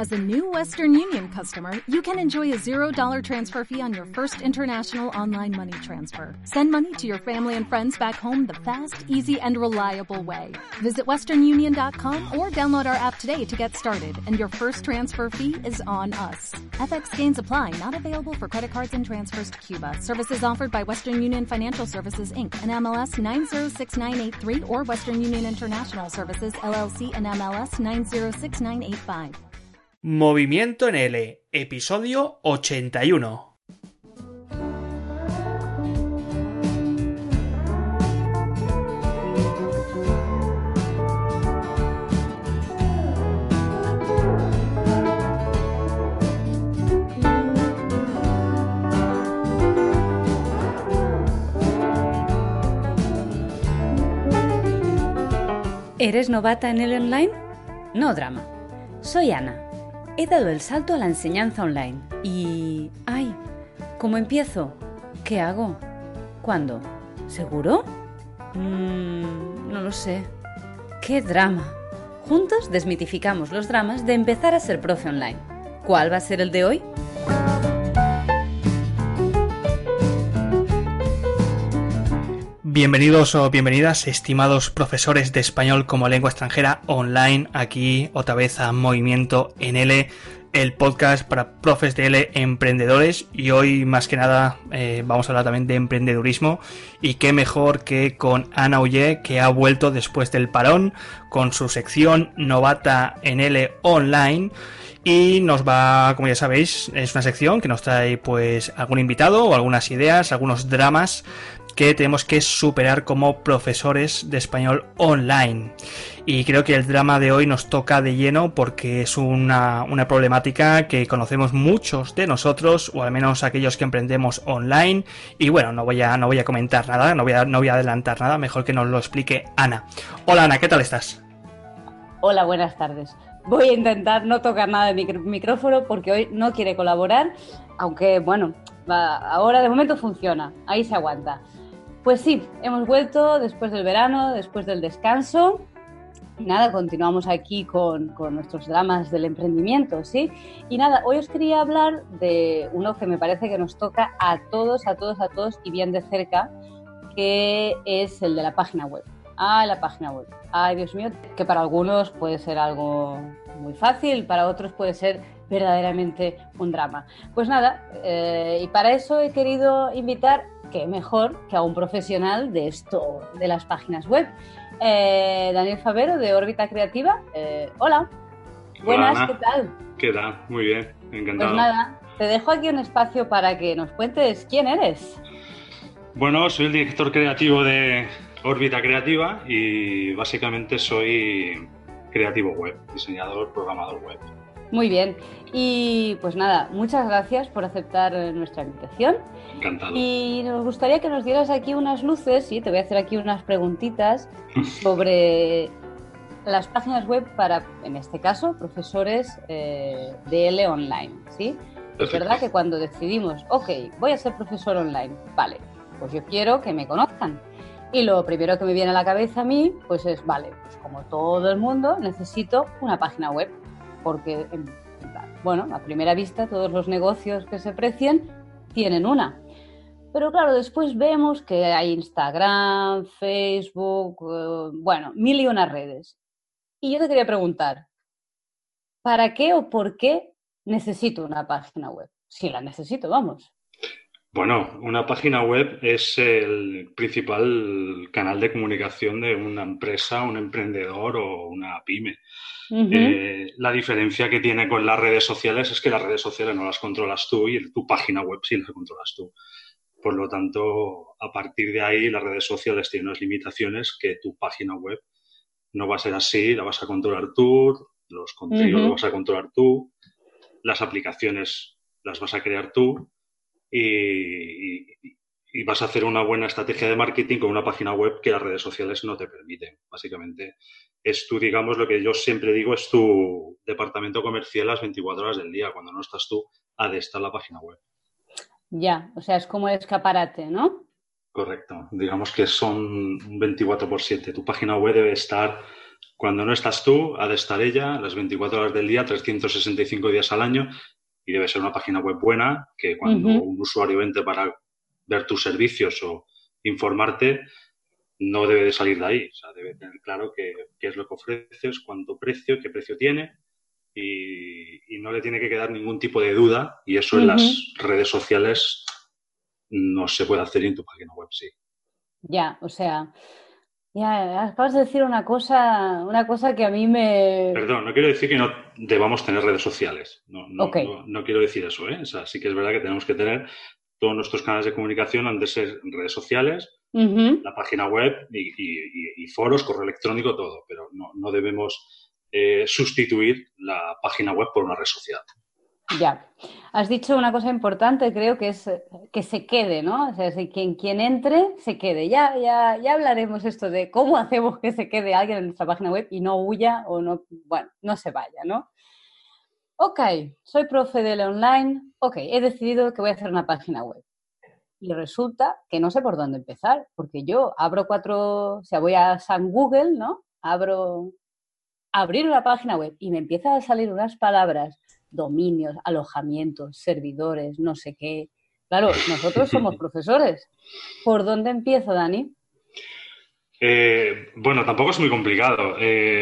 As a new Western Union customer, you can enjoy a $0 transfer fee on your first international online money transfer. Send money to your family and friends back home the fast, easy, and reliable way. Visit westernunion.com or download our app today to get started, and your first transfer fee is on us. FX gains apply, not available for credit cards and transfers to Cuba. Services offered by Western Union Financial Services, Inc., and MLS 906983, or Western Union International Services, LLC, and MLS 906985. Movimiento en L, episodio 81. ¿Eres novata en el online? No drama. Soy Ana. He dado el salto a la enseñanza online y... ¡ay! ¿Cómo empiezo? ¿Qué hago? ¿Cuándo? ¿Seguro? No lo sé. ¡Qué drama! Juntos desmitificamos los dramas de empezar a ser profe online. ¿Cuál va a ser el de hoy? Bienvenidos o bienvenidas, estimados profesores de español como lengua extranjera online, aquí otra vez a Movimiento en L, el podcast para profes de L emprendedores, y hoy más que nada vamos a hablar también de emprendedurismo, y qué mejor que con Ana Ollé, que ha vuelto después del parón con su sección Novata en L online. Y nos va, como ya sabéis, es una sección que nos trae pues algún invitado o algunas ideas, algunos dramas que tenemos que superar como profesores de español online. Y creo que el drama de hoy nos toca de lleno porque es una problemática que conocemos muchos de nosotros, o al menos aquellos que emprendemos online. Y bueno, no voy a comentar nada, no voy a adelantar nada, mejor que nos lo explique Ana. Hola Ana, ¿qué tal estás? Hola, buenas tardes. Voy a intentar no tocar nada de mi micrófono porque hoy no quiere colaborar, aunque bueno, ahora de momento funciona, ahí se aguanta. Pues sí, hemos vuelto después del verano, después del descanso. Y nada, continuamos aquí con nuestros dramas del emprendimiento, ¿sí? Y nada, hoy os quería hablar de uno que me parece que nos toca a todos y bien de cerca, que es el de la página web. La página web. Ay, Dios mío, que para algunos puede ser algo muy fácil, para otros puede ser verdaderamente un drama. Pues nada, y para eso he querido invitar, qué mejor que a un profesional de esto, de las páginas web. Daniel Favero, de Órbita Creativa. Hola. Buenas, Hola, ¿qué tal? ¿qué tal? Muy bien, encantado. Pues nada, te dejo aquí un espacio para que nos cuentes quién eres. Bueno, soy el director creativo de Órbita Creativa y básicamente soy creativo web, diseñador, programador web. Muy bien. Y pues nada, muchas gracias por aceptar nuestra invitación. Encantado. Y nos gustaría que nos dieras aquí unas luces, ¿sí? Te voy a hacer aquí unas preguntitas sobre las páginas web para, en este caso, profesores de L online, ¿sí? Perfecto. Es verdad que cuando decidimos, ok, voy a ser profesor online, vale, pues yo quiero que me conozcan. Y lo primero que me viene a la cabeza a mí, pues es, vale, pues como todo el mundo, necesito una página web. Porque, bueno, a primera vista todos los negocios que se precien tienen una. Pero claro, después vemos que hay Instagram, Facebook, bueno, mil y unas redes. Y yo te quería preguntar, ¿para qué o por qué necesito una página web? Si la necesito, vamos. Bueno, una página web es el principal canal de comunicación de una empresa, un emprendedor o una pyme. La diferencia que tiene con las redes sociales es que las redes sociales no las controlas tú y tu página web sí las controlas tú. Por lo tanto, a partir de ahí, las redes sociales tienen unas limitaciones que tu página web no va a ser así, la vas a controlar tú, los contenidos los vas a controlar tú, las aplicaciones las vas a crear tú y vas a hacer una buena estrategia de marketing con una página web que las redes sociales no te permiten. Básicamente, es tu, digamos, lo que yo siempre digo, es tu departamento comercial las 24 horas del día. Cuando no estás tú, ha de estar la página web. Ya, o sea, es como el escaparate, ¿no? Correcto. Digamos que son un 24/7. Tu página web debe estar Cuando no estás tú, ha de estar ella las 24 horas del día, 365 días al año, y debe ser una página web buena que cuando un usuario entre para ver tus servicios o informarte, no debe de salir de ahí. O sea, debe tener claro qué es lo que ofreces, cuánto precio, qué precio tiene, y no le tiene que quedar ningún tipo de duda, y eso en las redes sociales no se puede hacer, y en tu página web sí. Ya, o sea, ya acabas de decir una cosa que a mí me... Perdón, no quiero decir que no debamos tener redes sociales. Ok. No quiero decir eso, ¿eh? O sea, sí que es verdad que tenemos que tener todos nuestros canales de comunicación, han de ser redes sociales, la página web y foros, correo electrónico, todo. Pero no debemos sustituir la página web por una red social. Ya. Has dicho una cosa importante, creo que es que se quede, ¿no? O sea, si quien entre, se quede. Ya hablaremos esto de cómo hacemos que se quede alguien en nuestra página web y no huya o no, bueno, no se vaya, ¿no? Ok, soy profe de online. Ok, he decidido que voy a hacer una página web. Y resulta que no sé por dónde empezar, porque yo abro o sea, voy a San Google, ¿no? Abrir una página web y me empiezan a salir unas palabras, dominios, alojamientos, servidores, no sé qué. Claro, nosotros somos profesores. ¿Por dónde empiezo, Dani? Bueno, tampoco es muy complicado.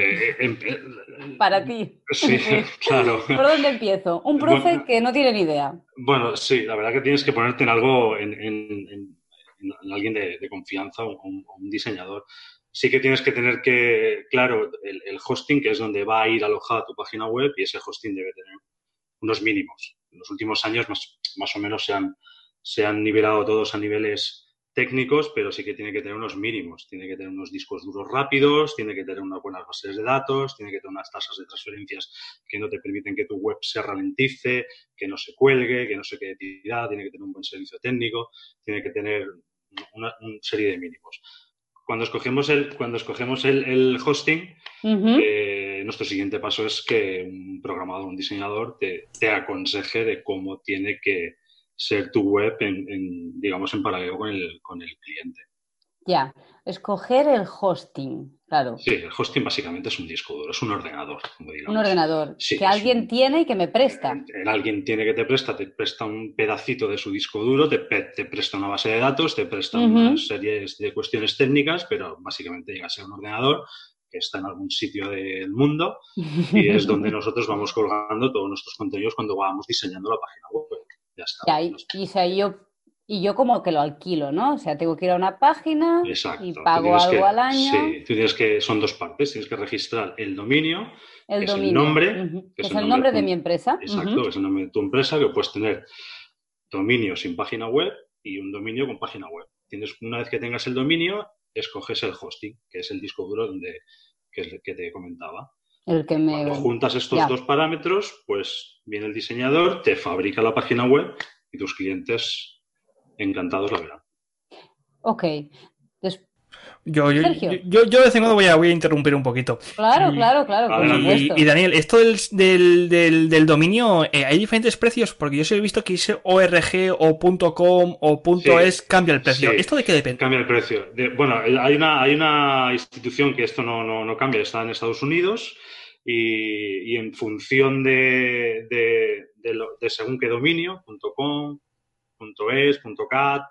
Para ti. Sí, Sí. claro. ¿Por dónde empiezo? Un profe que no tiene ni idea. Bueno, sí, la verdad que tienes que ponerte en algo, en alguien de confianza o un diseñador. Sí que tienes que tener claro, el hosting, que es donde va a ir alojada tu página web, y ese hosting debe tener unos mínimos. En los últimos años más o menos se han nivelado todos a niveles técnicos, pero sí que tiene que tener unos mínimos. Tiene que tener unos discos duros rápidos, tiene que tener unas buenas bases de datos, tiene que tener unas tasas de transferencias que no te permiten que tu web se ralentice, que no se cuelgue, que no se quede tirada, tiene que tener un buen servicio técnico, tiene que tener una serie de mínimos. Cuando escogemos el hosting, nuestro siguiente paso es que un programador, un diseñador te aconseje de cómo tiene que ser tu web digamos, en paralelo con el cliente. Ya, escoger el hosting, claro. Sí, el hosting básicamente es un disco duro, es un ordenador, como Un digamos. ordenador Sí, que alguien tiene y que me presta. alguien tiene que te presta un pedacito de su disco duro, te presta una base de datos, te presta una serie de cuestiones técnicas, pero básicamente llega a ser un ordenador que está en algún sitio del mundo y es donde nosotros vamos colgando todos nuestros contenidos cuando vamos diseñando la página web. Ya está. Ya, y yo como que lo alquilo, ¿no? O sea, tengo que ir a una página Exacto. y pago algo al año. Sí, son dos partes. Tienes que registrar el dominio, El que es dominio. el nombre. Que es el nombre de mi empresa. Exacto, que es el nombre de tu empresa, que puedes tener dominio sin página web y un dominio con página web. Una vez que tengas el dominio, escoges el hosting, que es el disco duro que es el que te comentaba. Cuando juntas estos dos parámetros, pues viene el diseñador, te fabrica la página web y tus clientes encantados la verán. Ok. Yo de vez en cuando voy a interrumpir un poquito. Claro, por supuesto. Y Daniel, esto del dominio, ¿hay diferentes precios? Porque yo sí he visto que ese .org o .com o .es cambia el precio. Sí, ¿Esto de qué depende? Cambia el precio. Bueno, hay una institución que esto no cambia, está en Estados Unidos y en función de según qué dominio, .com, .es, .cat,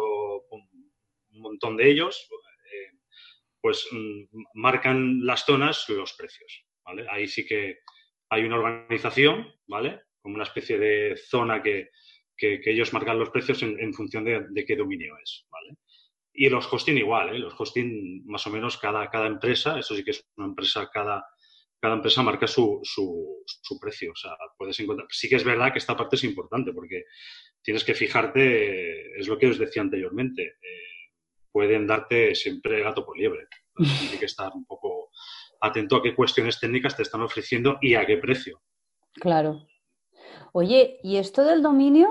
un montón de ellos, pues marcan las zonas los precios, ¿vale? Ahí sí que hay una organización, ¿vale? Como una especie de zona que ellos marcan los precios en función de qué dominio es, ¿vale? Y los hosting igual, ¿eh? Los hosting más o menos cada empresa, eso sí que es una empresa, cada empresa marca su precio. O sea, puedes encontrar. Sí que es verdad que esta parte es importante porque tienes que fijarte, es lo que os decía anteriormente, pueden darte siempre gato por liebre. Entonces, hay que estar un poco atento a qué cuestiones técnicas te están ofreciendo y a qué precio. Claro. Oye, ¿y esto del dominio?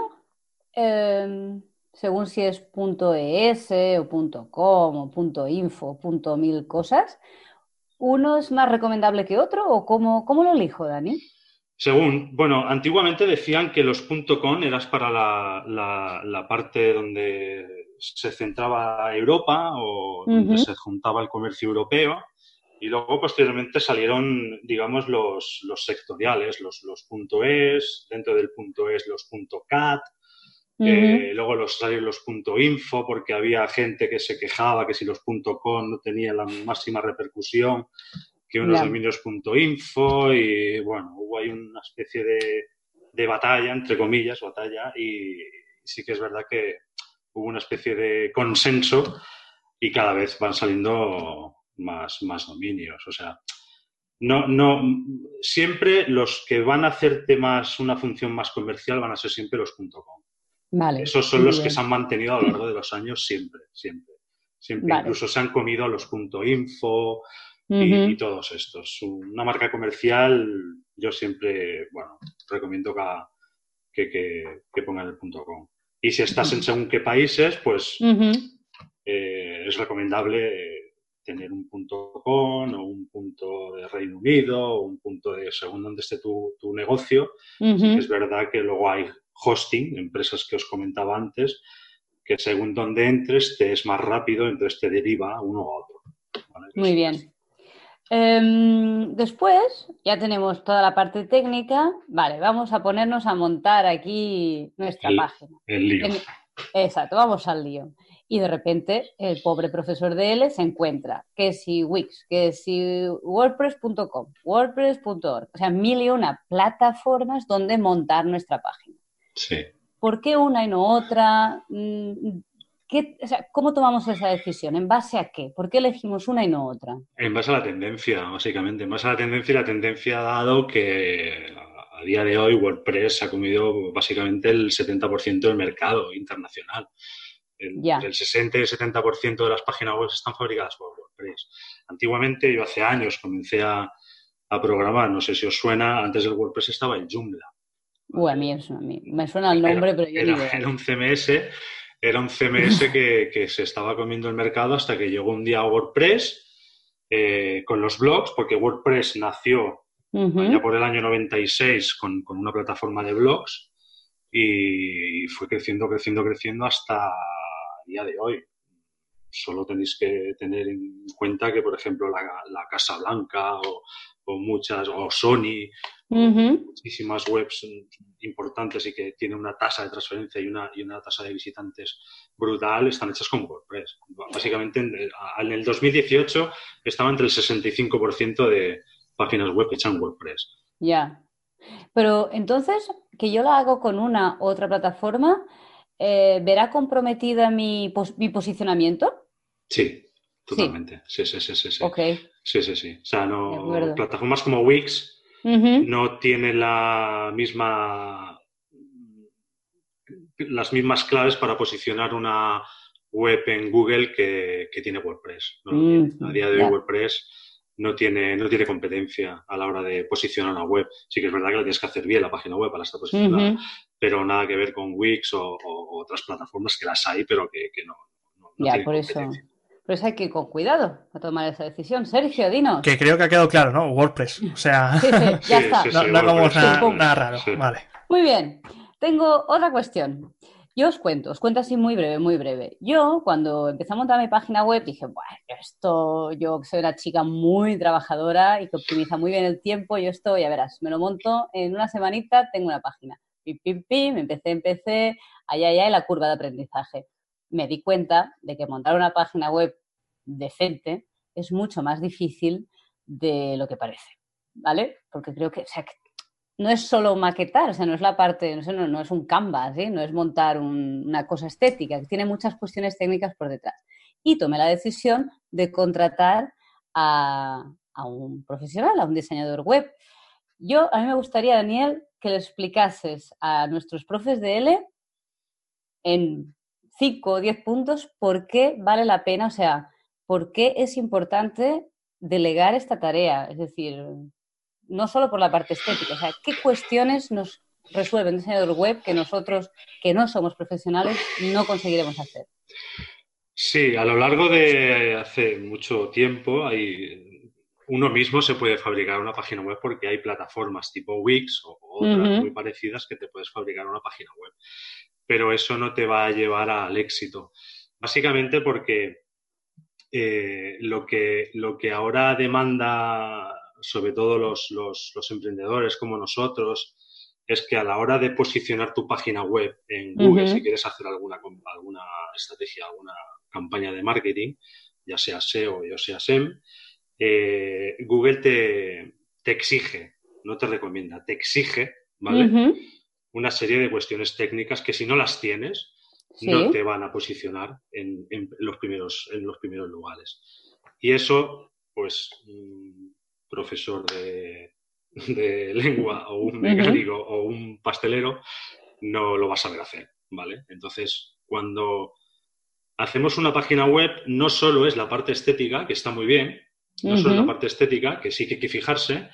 Según si es .es o .com o .info, .mil cosas, ¿uno es más recomendable que otro o cómo lo elijo, Dani? Bueno, antiguamente decían que los .com eras para la parte donde se centraba Europa o donde se juntaba el comercio europeo Y luego, posteriormente, salieron, digamos, los sectoriales, los .es, dentro del .es los .cat, luego salieron los .info, porque había gente que se quejaba que si los .com no tenían la máxima repercusión que unos dominios .info, y bueno, hubo ahí una especie de batalla, entre comillas, y sí que es verdad que hubo una especie de consenso y cada vez van saliendo más dominios. O sea, no, siempre los que van a hacerte más una función más comercial van a ser siempre los .com. Vale. Esos son los que se han mantenido a lo largo de los años siempre. Vale. Incluso se han comido a los .info y todos estos. Una marca comercial, yo siempre, bueno, recomiendo que pongan el .com. Y si estás en según qué países, pues es recomendable tener un .com o un punto de Reino Unido o un punto de según donde esté tu negocio. Sí que es verdad que luego hay hosting, empresas que os comentaba antes, que según donde entres te es más rápido, entonces te deriva uno a otro. ¿Vale? Muy bien. Después ya tenemos toda la parte técnica. Vale, vamos a ponernos a montar aquí nuestra página. El lío. Exacto, vamos al lío. Y de repente el pobre profesor de L se encuentra que si Wix, que si WordPress.com, WordPress.org, o sea, 1001 plataformas donde montar nuestra página. Sí. ¿Por qué una y no otra? O sea, ¿cómo tomamos esa decisión? ¿En base a qué? ¿Por qué elegimos una y no otra? En base a la tendencia, básicamente. En base a la tendencia, y la tendencia ha dado que a día de hoy WordPress ha comido básicamente el 70% del mercado internacional. Entre el 60 y el 70% de las páginas web están fabricadas por WordPress. Antiguamente, yo hace años comencé a programar, no sé si os suena, antes del WordPress estaba el Joomla. A mí me suena el nombre, pero yo ni idea. Era un CMS. Era un CMS que se estaba comiendo el mercado hasta que llegó un día a WordPress con los blogs, porque WordPress nació ya por el año 96 con una plataforma de blogs y fue creciendo hasta el día de hoy. Solo tenéis que tener en cuenta que, por ejemplo, la Casa Blanca o muchas, o Sony, muchísimas webs importantes y que tienen una tasa de transferencia y una tasa de visitantes brutal, están hechas con WordPress. Básicamente, en el 2018 estaba entre el 65% de páginas web hechas en WordPress. Ya. Pero entonces, que yo la hago con una u otra plataforma, ¿verá comprometida mi posicionamiento? Sí, totalmente. Sí. Okay. Sí. O sea, plataformas como Wix no tienen las mismas claves para posicionar una web en Google que tiene WordPress. No lo tiene. A día de hoy WordPress no tiene competencia a la hora de posicionar una web. Sí que es verdad que la tienes que hacer bien la página web para estar posicionada, pero nada que ver con Wix o otras plataformas que las hay, pero que no tienen competencia. Por eso hay que ir con cuidado a tomar esa decisión. Sergio, dinos. Que creo que ha quedado claro, ¿no? WordPress. O sea, sí, ya está. No hagamos nada raro. Sí. Vale. Muy bien. Tengo otra cuestión. Yo os cuento así muy breve. Yo, cuando empecé a montar mi página web, dije, bueno, yo soy una chica muy trabajadora y que optimiza muy bien el tiempo, ya verás, me lo monto en una semanita, tengo una página. Pim, empecé, allá, la curva de aprendizaje. Me di cuenta de que montar una página web decente es mucho más difícil de lo que parece, ¿vale? Porque creo que, no es solo maquetar, o sea, no es la parte, no es un canvas, ¿sí? No es montar una cosa estética, que tiene muchas cuestiones técnicas por detrás. Y tomé la decisión de contratar a un profesional, a un diseñador web. A mí me gustaría, Daniel, que le explicases a nuestros profes de L en 5 o 10 puntos por qué vale la pena, o sea, por qué es importante delegar esta tarea. Es decir, no solo por la parte estética, o sea, ¿qué cuestiones nos resuelve un diseñador web que nosotros, que no somos profesionales, no conseguiremos hacer? Sí, a lo largo de hace mucho tiempo uno mismo se puede fabricar una página web porque hay plataformas tipo Wix o otras muy parecidas que te puedes fabricar una página web. Pero eso no te va a llevar al éxito. Básicamente porque lo que ahora demanda, sobre todo los emprendedores como nosotros, es que a la hora de posicionar tu página web en Google, si quieres hacer alguna estrategia, alguna campaña de marketing, ya sea SEO o ya sea SEM, Google te exige, no te recomienda, te exige, ¿vale? Una serie de cuestiones técnicas que si no las tienes, no te van a posicionar en los primeros lugares. Y eso, pues, un profesor de lengua o un mecánico o un pastelero no lo va a saber hacer, ¿vale? Entonces, cuando hacemos una página web, no solo es la parte estética, que está muy bien, no solo es la parte estética, que sí que hay que fijarse,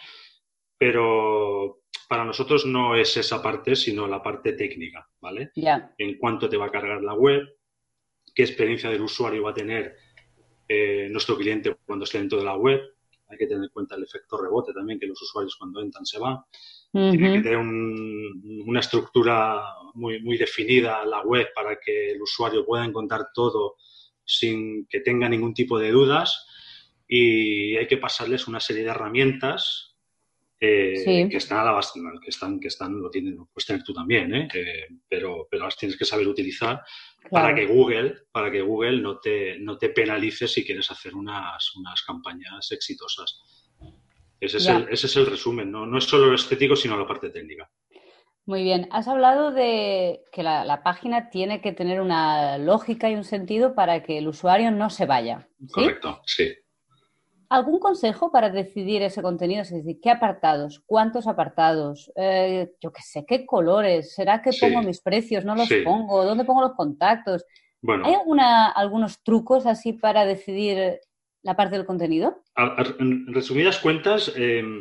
pero para nosotros no es esa parte, sino la parte técnica, ¿vale? En cuánto te va a cargar la web, qué experiencia del usuario va a tener nuestro cliente cuando esté dentro de la web. Hay que tener en cuenta el efecto rebote también, que los usuarios cuando entran se van. Tiene que tener una estructura muy definida la web para que el usuario pueda encontrar todo sin que tenga ningún tipo de dudas, y hay que pasarles una serie de herramientas que están a la base, que están, lo puedes tener tú también, pero las tienes que saber utilizar para que Google no te penalice si quieres hacer unas campañas exitosas. Ese es el resumen, ¿no? No es solo lo estético, sino la parte técnica. Muy bien. Has hablado de que la página tiene que tener una lógica y un sentido para que el usuario no se vaya, ¿sí? Correcto, sí. ¿Algún consejo para decidir ese contenido? Es decir, ¿qué apartados? ¿Cuántos apartados? Yo qué sé, ¿qué colores? ¿Será que pongo mis precios? ¿No los pongo? ¿Dónde pongo los contactos? Bueno, ¿hay algunos trucos así para decidir la parte del contenido? En resumidas cuentas,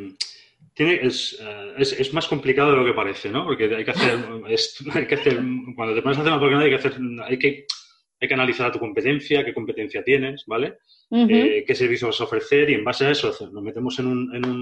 es más complicado de lo que parece, ¿no? Porque hay que hacer cuando te pones a hacer una página hay que analizar a tu competencia, qué competencia tienes, ¿vale? Qué servicio vas a ofrecer, y en base a eso nos metemos en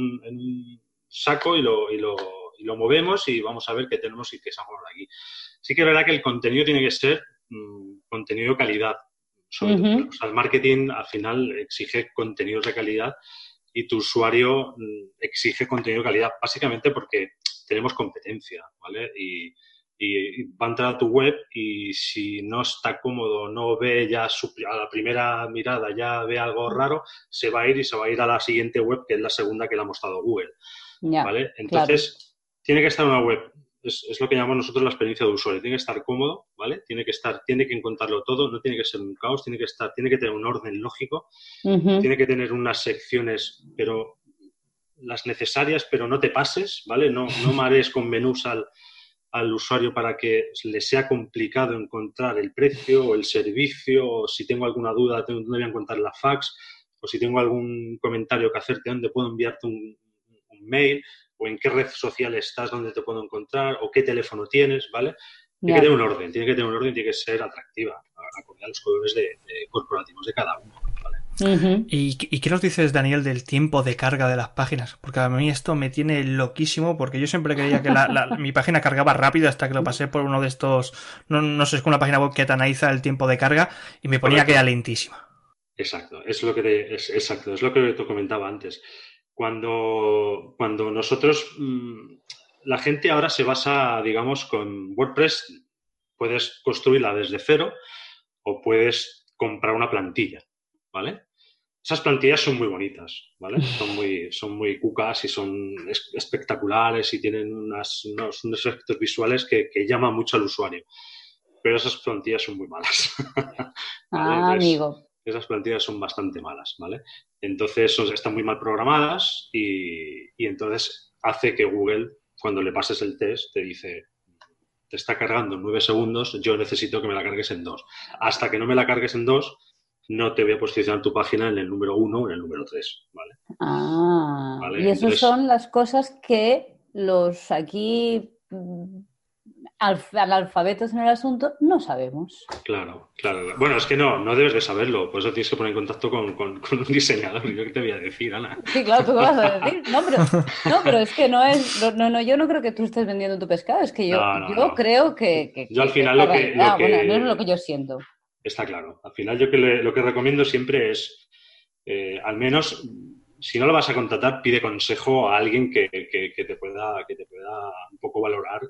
un saco y lo movemos y vamos a ver qué tenemos y qué sacamos de aquí. Sí que es verdad que el contenido tiene que ser contenido de calidad. Sobre todo, o sea, el marketing al final exige contenidos de calidad y tu usuario exige contenido de calidad, básicamente porque tenemos competencia, ¿vale? Y va a entrar a tu web y si no está cómodo, no ve ya a la primera mirada, ya ve algo raro, se va a ir a la siguiente web, que es la segunda que le ha mostrado Google, ¿vale? Entonces, tiene que estar una web, es lo que llamamos nosotros la experiencia de usuario, tiene que estar cómodo, ¿vale? Tiene que encontrarlo todo, no tiene que ser un caos, tiene que tener un orden lógico, tiene que tener unas secciones, pero las necesarias, pero no te pases, ¿vale? No marees con menús al usuario para que le sea complicado encontrar el precio o el servicio, o si tengo alguna duda, dónde voy a encontrar la fax, o si tengo algún comentario que hacerte, dónde puedo enviarte un mail, o en qué red social estás, dónde te puedo encontrar, o qué teléfono tienes, ¿vale? Tiene que tener un orden, tiene que ser atractiva, acorde a los colores corporativos de cada uno, ¿vale? ¿Y qué nos dices, Daniel, del tiempo de carga de las páginas? Porque a mí esto me tiene loquísimo, porque yo siempre creía que mi página cargaba rápido hasta que lo pasé por uno de estos, no sé, es una página web que te analiza el tiempo de carga y me ponía que era lentísima. Exacto, es lo que te comentaba antes. Cuando nosotros, la gente ahora se basa, digamos, con WordPress, puedes construirla desde cero o puedes comprar una plantilla, ¿vale? Esas plantillas son muy bonitas, ¿vale? Son muy cucas y son espectaculares y tienen unos efectos visuales que llaman mucho al usuario. Pero esas plantillas son muy malas. ¿Vale? Amigo. Esas plantillas son bastante malas, ¿vale? Entonces están muy mal programadas y entonces hace que Google, cuando le pases el test, te dice, te está cargando en 9 segundos, yo necesito que me la cargues en 2. Hasta que no me la cargues en 2, no te voy a posicionar tu página en el número 1 o en el número 3, ¿vale? ¿Vale? Y esas son las cosas que los aquí analfabetos en el asunto no sabemos. Claro. Bueno, es que no debes de saberlo, por eso tienes que poner en contacto con un diseñador. ¿Yo qué te voy a decir, Ana? Sí, claro, ¿tú qué vas a decir? No, pero es que no es... No, yo no creo que tú estés vendiendo tu pescado, es que yo creo que... Yo al final bueno, no es lo que yo siento. Está claro. Al final yo lo que recomiendo siempre es, al menos, si no lo vas a contratar, pide consejo a alguien que te pueda un poco valorar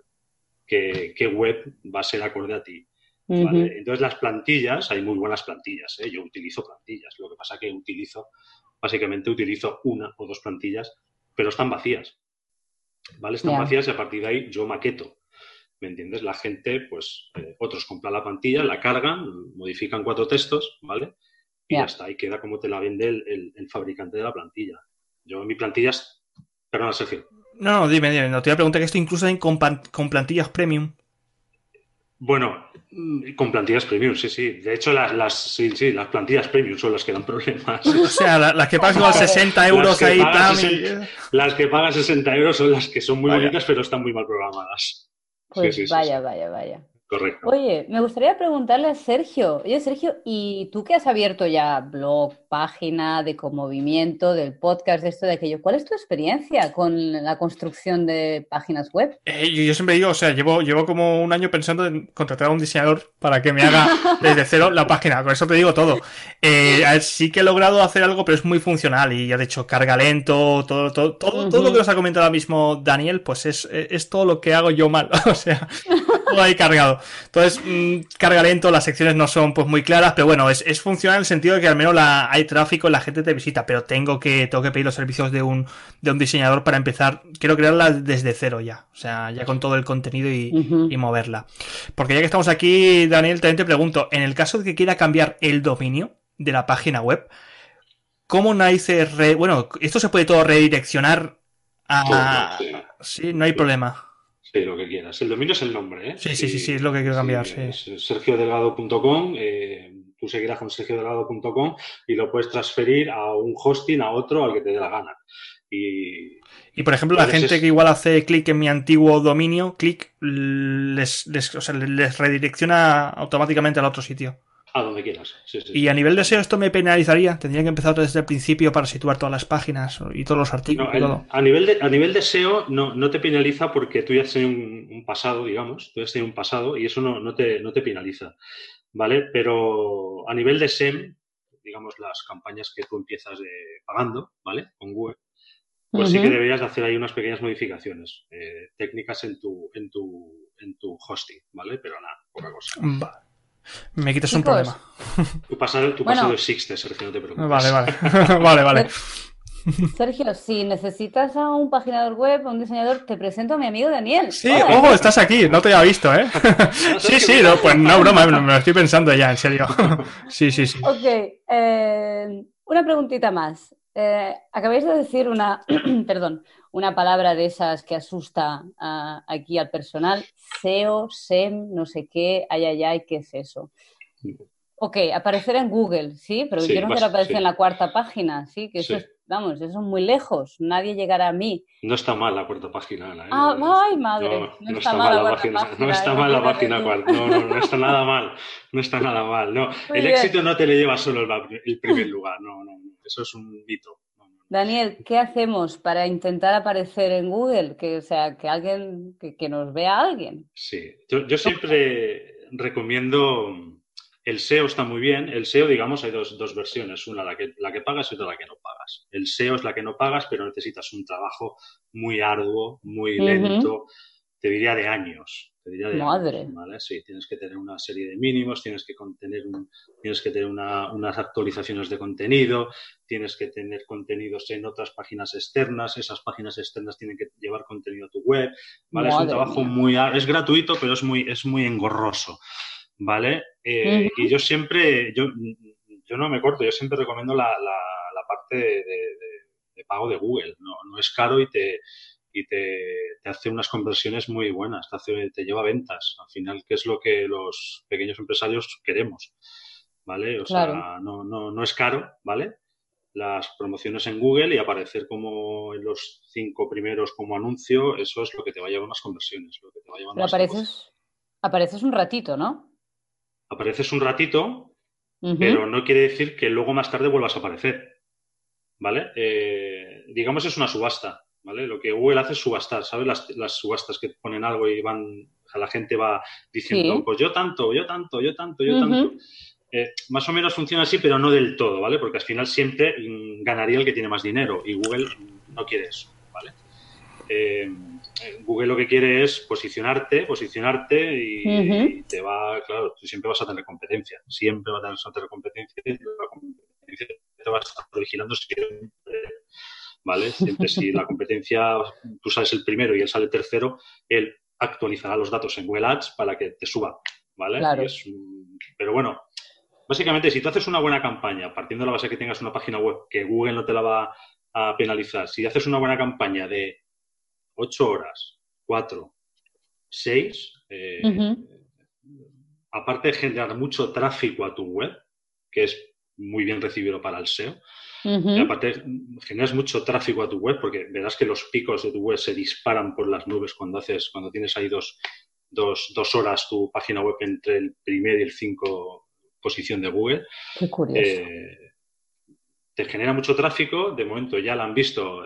qué web va a ser acorde a ti. ¿Vale? Entonces las plantillas, hay muy buenas plantillas, ¿eh? Yo utilizo plantillas, lo que pasa que básicamente utilizo una o dos plantillas, pero están vacías, ¿vale? Están vacías y a partir de ahí yo maqueto, ¿me entiendes? La gente, pues, otros compran la plantilla, la cargan, modifican 4 textos, ¿vale? Y ya está, y queda como te la vende el fabricante de la plantilla. Yo en mi plantillas, perdona, Sergio. No, dime, no te voy a preguntar que esto incluso con plantillas premium. Bueno, con plantillas premium, sí. De hecho, las plantillas premium son las que dan problemas. O sea, las que pagas igual 60 euros ahí. Las que pagan 60 euros son las que son muy bonitas, pero están muy mal programadas. Pues sí, vaya. Correcto. Oye, me gustaría preguntarle a Sergio. Oye, Sergio, ¿y tú que has abierto ya blog, página de Conmovimiento, del podcast, de esto, de aquello? ¿Cuál es tu experiencia con la construcción de páginas web? Yo siempre digo, o sea, llevo como un año pensando en contratar a un diseñador para que me haga desde cero la página. Con eso te digo todo. Sí que he logrado hacer algo, pero es muy funcional y ya de hecho carga lento, todo lo que nos ha comentado ahora mismo Daniel, pues es todo lo que hago yo mal. O sea, todo ahí cargado. Entonces, carga lento, las secciones no son pues muy claras, pero bueno, es funcional en el sentido de que al menos hay tráfico, la gente te visita, pero tengo que pedir los servicios de un diseñador para empezar. Quiero crearla desde cero ya, o sea, ya con todo el contenido y moverla. Porque ya que estamos aquí, Daniel, también te pregunto, en el caso de que quiera cambiar el dominio de la página web, ¿cómo narices bueno, esto se puede todo redireccionar a... Sí, no hay problema. Sí, lo que quieras. El dominio es el nombre, ¿eh? Sí, es lo que quiero cambiar, sí. Es sergiodelgado.com, tú seguirás con sergiodelgado.com y lo puedes transferir a un hosting, a otro, al que te dé la gana. Y por ejemplo, la gente que igual hace clic en mi antiguo dominio, les redirecciona automáticamente al otro sitio. A donde quieras. Sí. Y a nivel de SEO esto me penalizaría. Tendría que empezar desde el principio para situar todas las páginas y todos los artículos. No, a nivel de SEO no te penaliza porque tú ya has tenido un pasado, digamos. Tú ya has tenido un pasado y eso no te penaliza. ¿Vale? Pero a nivel de SEM, digamos, las campañas que tú empiezas pagando, ¿vale? Con Google, pues sí que deberías de hacer ahí unas pequeñas modificaciones técnicas en tu hosting, ¿vale? Pero nada, poca cosa. Vale. Me quitas un problema. Tu pasado existe, Sergio, no te preocupes. Vale. Sergio, si necesitas a un paginador web, a un diseñador, te presento a mi amigo Daniel. Sí, ojo, estás aquí, no te había visto, ¿eh? Sí, no, pues no, broma, me lo estoy pensando ya, en serio. Sí. Ok, una preguntita más. Acabáis de decir una palabra de esas que asusta aquí al personal. SEO, SEM, no sé qué, ay, ¿qué es eso? Ok, aparecer en Google, sí, pero yo no quiero aparecer en la 4ª página, sí, que eso eso es muy lejos, nadie llegará a mí. No está mal la 4ª página, ¿eh? Ay, madre, no está mal la 4ª página. No está mal la página 4, no está nada mal, no está nada mal, no. El éxito no te le lleva solo el primer lugar, no, eso es un mito. Daniel, ¿qué hacemos para intentar aparecer en Google? Que alguien, que nos vea alguien. Sí, yo siempre recomiendo... El SEO está muy bien. El SEO, digamos, hay dos versiones. Una, la que pagas y otra, la que no pagas. El SEO es la que no pagas, pero necesitas un trabajo muy arduo, muy lento. Te diría de años. Madre. Años, ¿vale? Sí, tienes que tener una serie de mínimos, tienes que tener unas actualizaciones de contenido, tienes que tener contenidos en otras páginas externas. Esas páginas externas tienen que llevar contenido a tu web, ¿vale? Es un trabajo muy arduo. Es gratuito, pero es muy engorroso. ¿Vale? Y yo no me corto, yo siempre recomiendo la parte de pago de Google. No es caro y te hace unas conversiones muy buenas, te lleva ventas. Al final, que es lo que los pequeños empresarios queremos, ¿vale? O sea, no es caro, ¿vale? Las promociones en Google y aparecer como en los 5 primeros como anuncio, eso es lo que te va a llevar más conversiones. Pero apareces un ratito, ¿no? Apareces un ratito, pero no quiere decir que luego más tarde vuelvas a aparecer, ¿vale? Digamos es una subasta, ¿vale? Lo que Google hace es subastar, ¿sabes? Las subastas que ponen algo y la gente va diciendo, pues yo tanto. Más o menos funciona así, pero no del todo, ¿vale? Porque al final siempre ganaría el que tiene más dinero y Google no quiere eso, ¿vale? Google lo que quiere es posicionarte y te va, claro, tú siempre vas a tener competencia, siempre vas a tener competencia y la competencia te va a estar vigilando siempre, ¿vale? Siempre si la competencia, tú sales el primero y él sale tercero, él actualizará los datos en Google Ads para que te suba, ¿vale? Claro. Pero bueno, básicamente, si tú haces una buena campaña, partiendo de la base que tengas una página web, que Google no te la va a penalizar, si haces una buena campaña de 8 horas, 4, 6, aparte de generar mucho tráfico a tu web, que es muy bien recibido para el SEO, y aparte generas mucho tráfico a tu web, porque verás que los picos de tu web se disparan por las nubes cuando tienes ahí dos horas tu página web entre el primer y el 5 posición de Google. Qué curioso. Te genera mucho tráfico, de momento ya la han visto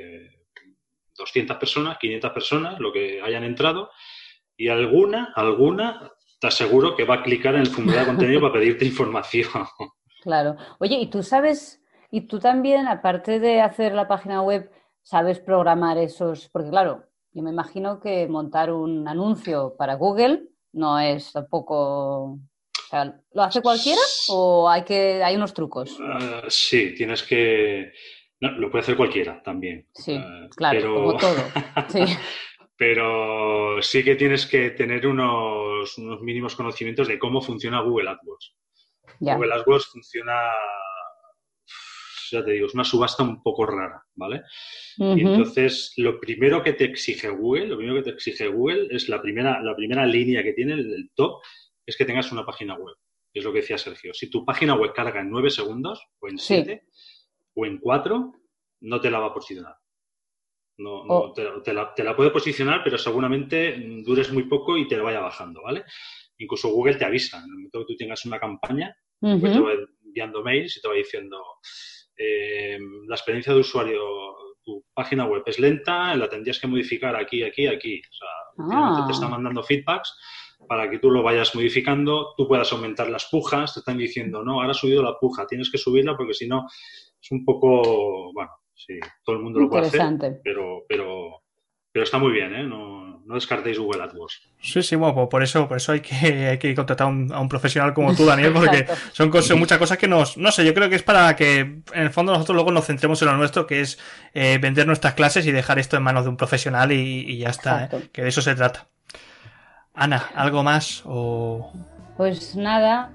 200 personas, 500 personas, lo que hayan entrado, y alguna te aseguro que va a clicar en el formulario de contenido para pedirte información. Claro. Oye, ¿y tú también, aparte de hacer la página web, sabes programar esos? Porque claro, yo me imagino que montar un anuncio para Google no es tampoco... O sea, ¿lo hace cualquiera o hay unos trucos? Sí, tienes que... No, lo puede hacer cualquiera también. Sí, claro, como todo. Sí. Pero sí que tienes que tener unos mínimos conocimientos de cómo funciona Google AdWords. Ya. Google AdWords funciona, ya te digo, es una subasta un poco rara, ¿vale? Y entonces lo primero que te exige Google es la primera línea que tiene, el top, es que tengas una página web. Es lo que decía Sergio. Si tu página web carga en 9 segundos, o en 7, o en 4, no te la va a posicionar. No, te la puede posicionar, pero seguramente dures muy poco y te la vaya bajando, ¿vale? Incluso Google te avisa. En el momento que tú tengas una campaña, pues te va enviando mails y te va diciendo la experiencia de usuario, tu página web es lenta, la tendrías que modificar aquí. O sea, finalmente te está mandando feedbacks para que tú lo vayas modificando, tú puedas aumentar las pujas, te están diciendo, no, ahora ha subido la puja, tienes que subirla porque si no es un poco, bueno, sí, todo el mundo lo puede hacer, pero está muy bien, ¿eh? No descartéis Google AdWords. Sí, bueno, por eso hay que contratar a un profesional como tú, Daniel, porque son muchas cosas que no sé, yo creo que es para que en el fondo nosotros luego nos centremos en lo nuestro, que es vender nuestras clases y dejar esto en manos de un profesional y ya está, que de eso se trata. Ana, ¿algo más? Pues nada,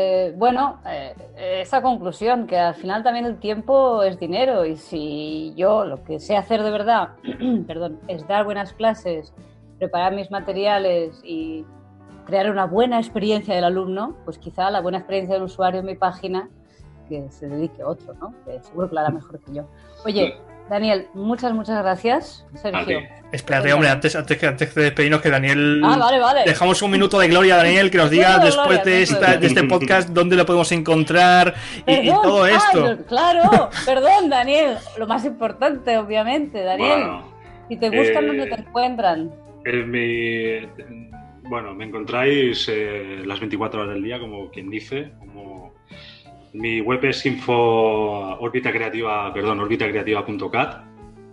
esa conclusión, que al final también el tiempo es dinero y si yo lo que sé hacer de verdad, perdón, es dar buenas clases, preparar mis materiales y crear una buena experiencia del alumno, pues quizá la buena experiencia del usuario en mi página, que se dedique a otro, ¿no? Que seguro que lo hará mejor que yo. Oye, Daniel, muchas gracias. Sergio. Espérate, hombre, antes de despedirnos, que Daniel... Vale. Dejamos un minuto de gloria a Daniel, que nos diga después de este podcast dónde lo podemos encontrar y todo esto. Claro, perdón, Daniel. Lo más importante, obviamente, Daniel. Si te buscan, ¿dónde te encuentran? Me encontráis las 24 horas del día, como quien dice. Mi web es orbitacreativa.cat.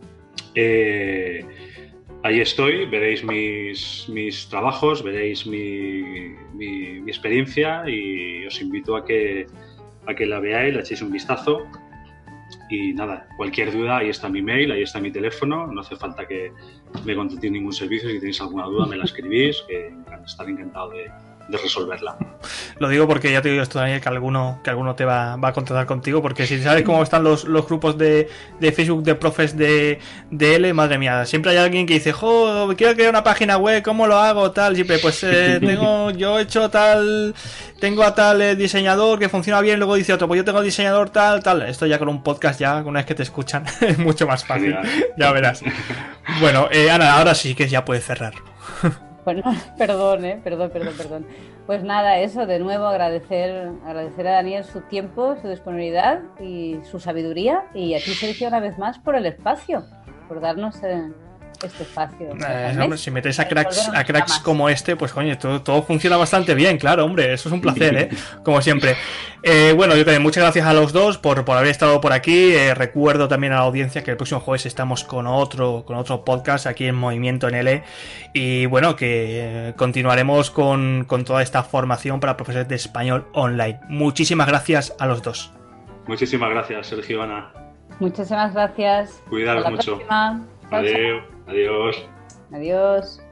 Ahí estoy, veréis mis trabajos, veréis mi experiencia y os invito a que la veáis, le echéis un vistazo. Y nada, cualquier duda, ahí está mi mail, ahí está mi teléfono, no hace falta que me contratéis ningún servicio, si tenéis alguna duda me la escribís, que estaré encantado de resolverla. Lo digo porque ya te digo esto, Daniel, que alguno te va a contratar contigo, porque si sabes cómo están los grupos de Facebook de profes de L, madre mía, siempre hay alguien que dice, quiero crear una página web, ¿cómo lo hago? Tal, siempre, pues yo he hecho tal, tengo a tal diseñador que funciona bien, luego dice otro, pues yo tengo diseñador tal, esto ya con un podcast, ya una vez que te escuchan, es mucho más fácil, ya verás. Bueno, Ana, ahora sí que ya puedes cerrar. Bueno, perdón. Pues nada, eso, de nuevo agradecer a Daniel su tiempo, su disponibilidad y su sabiduría, y a ti, Sergio, una vez más por el espacio, por darnos este espacio. Hombre, si metes a cracks como este, pues coño, todo funciona bastante bien, claro, hombre, eso es un placer, como siempre. Bueno, yo también muchas gracias a los dos por haber estado por aquí. Recuerdo también a la audiencia que el próximo jueves estamos con otro podcast aquí en Movimiento NL, y bueno, que continuaremos con toda esta formación para profesores de español online. Muchísimas gracias a los dos. Muchísimas gracias, Sergio, Ana. Muchísimas gracias. Cuidaros mucho. Adiós. Adiós. Adiós.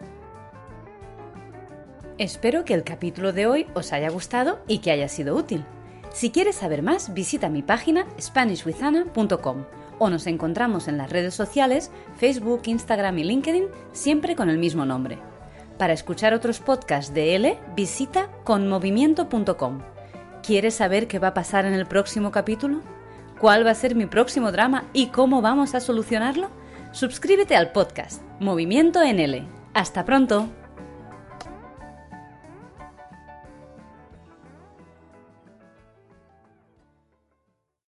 Espero que el capítulo de hoy os haya gustado y que haya sido útil. Si quieres saber más, visita mi página SpanishWithAnna.com o nos encontramos en las redes sociales Facebook, Instagram y LinkedIn, siempre con el mismo nombre. Para escuchar otros podcasts de L, visita conmovimiento.com. ¿Quieres saber qué va a pasar en el próximo capítulo? ¿Cuál va a ser mi próximo drama y cómo vamos a solucionarlo? Suscríbete al podcast Movimiento NL. ¡Hasta pronto!